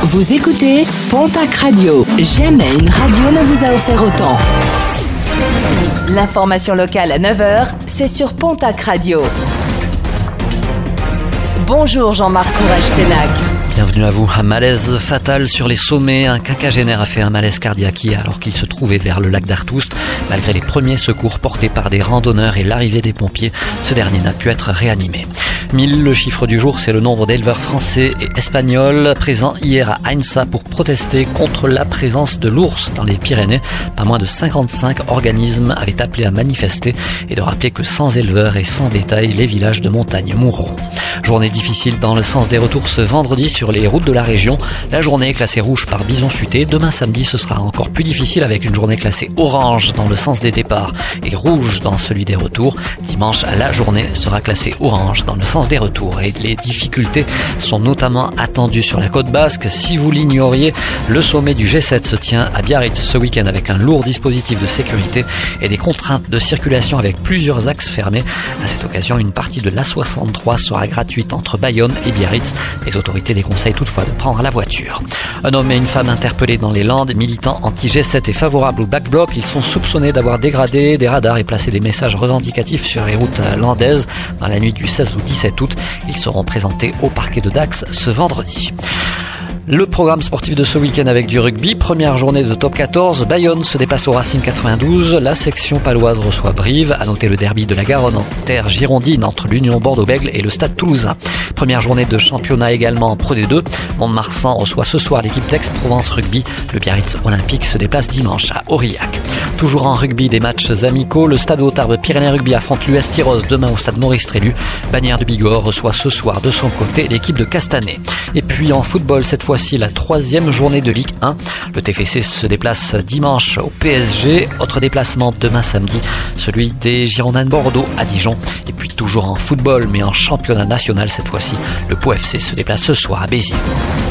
Vous écoutez Pontac Radio. Jamais une radio ne vous a offert autant. L'information locale à 9h, c'est sur Pontac Radio. Bonjour Jean-Marc Courage-Sénac. Bienvenue à vous. Un malaise fatal sur les sommets. Un quinquagénaire a fait un malaise cardiaque hier alors qu'il se trouvait vers le lac d'Artoust. Malgré les premiers secours portés par des randonneurs et l'arrivée des pompiers, ce dernier n'a pu être réanimé. 1000, le chiffre du jour, c'est le nombre d'éleveurs français et espagnols présents hier à Aïnsa pour protester contre la présence de l'ours dans les Pyrénées. Pas moins de 55 organismes avaient appelé à manifester et de rappeler que sans éleveurs et sans bétail, les villages de montagne mourront. Journée difficile dans le sens des retours ce vendredi sur les routes de la région. La journée est classée rouge par bison futé. Demain samedi, ce sera encore plus difficile avec une journée classée orange dans le sens des départs et rouge dans celui des retours. Dimanche, la journée sera classée orange dans le sens des retours. Et les difficultés sont notamment attendues sur la côte basque. Si vous l'ignoriez, le sommet du G7 se tient à Biarritz ce week-end avec un lourd dispositif de sécurité et des contraintes de circulation avec plusieurs axes fermés. À cette occasion, une partie de l'A63 sera gratuite entre Bayonne et Biarritz. Les autorités déconseillent toutefois de prendre la voiture. Un homme et une femme interpellés dans les Landes, militants anti-G7 et favorables au Black Bloc. Ils sont soupçonnés d'avoir dégradé des radars et placé des messages revendicatifs sur les routes landaises dans la nuit du 16 au 17 août. Ils seront présentés au parquet de Dax ce vendredi. Le programme sportif de ce week-end avec du rugby. Première journée de top 14. Bayonne se déplace au Racing 92. La section paloise reçoit Brive. À noter le derby de la Garonne en terre girondine entre l'Union Bordeaux-Bègles et le Stade Toulousain. Première journée de championnat également en Pro D2. Mont-de-Marsan reçoit ce soir l'équipe d'Aix-Provence Rugby. Le Biarritz Olympique se déplace dimanche à Aurillac. Toujours en rugby, des matchs amicaux. Le Stade Haute-Tarbes Pyrénées Rugby affronte l'US Tyrosse demain au Stade Maurice Trélu. Bagnères de Bigorre reçoit ce soir de son côté l'équipe de Castanet. Et puis en football, cette fois-ci la troisième journée de Ligue 1. Le TFC se déplace dimanche au PSG. Autre déplacement demain samedi, celui des Girondins de Bordeaux à Dijon. Et puis toujours en football, mais en championnat national cette fois-ci, le Pau FC se déplace ce soir à Béziers.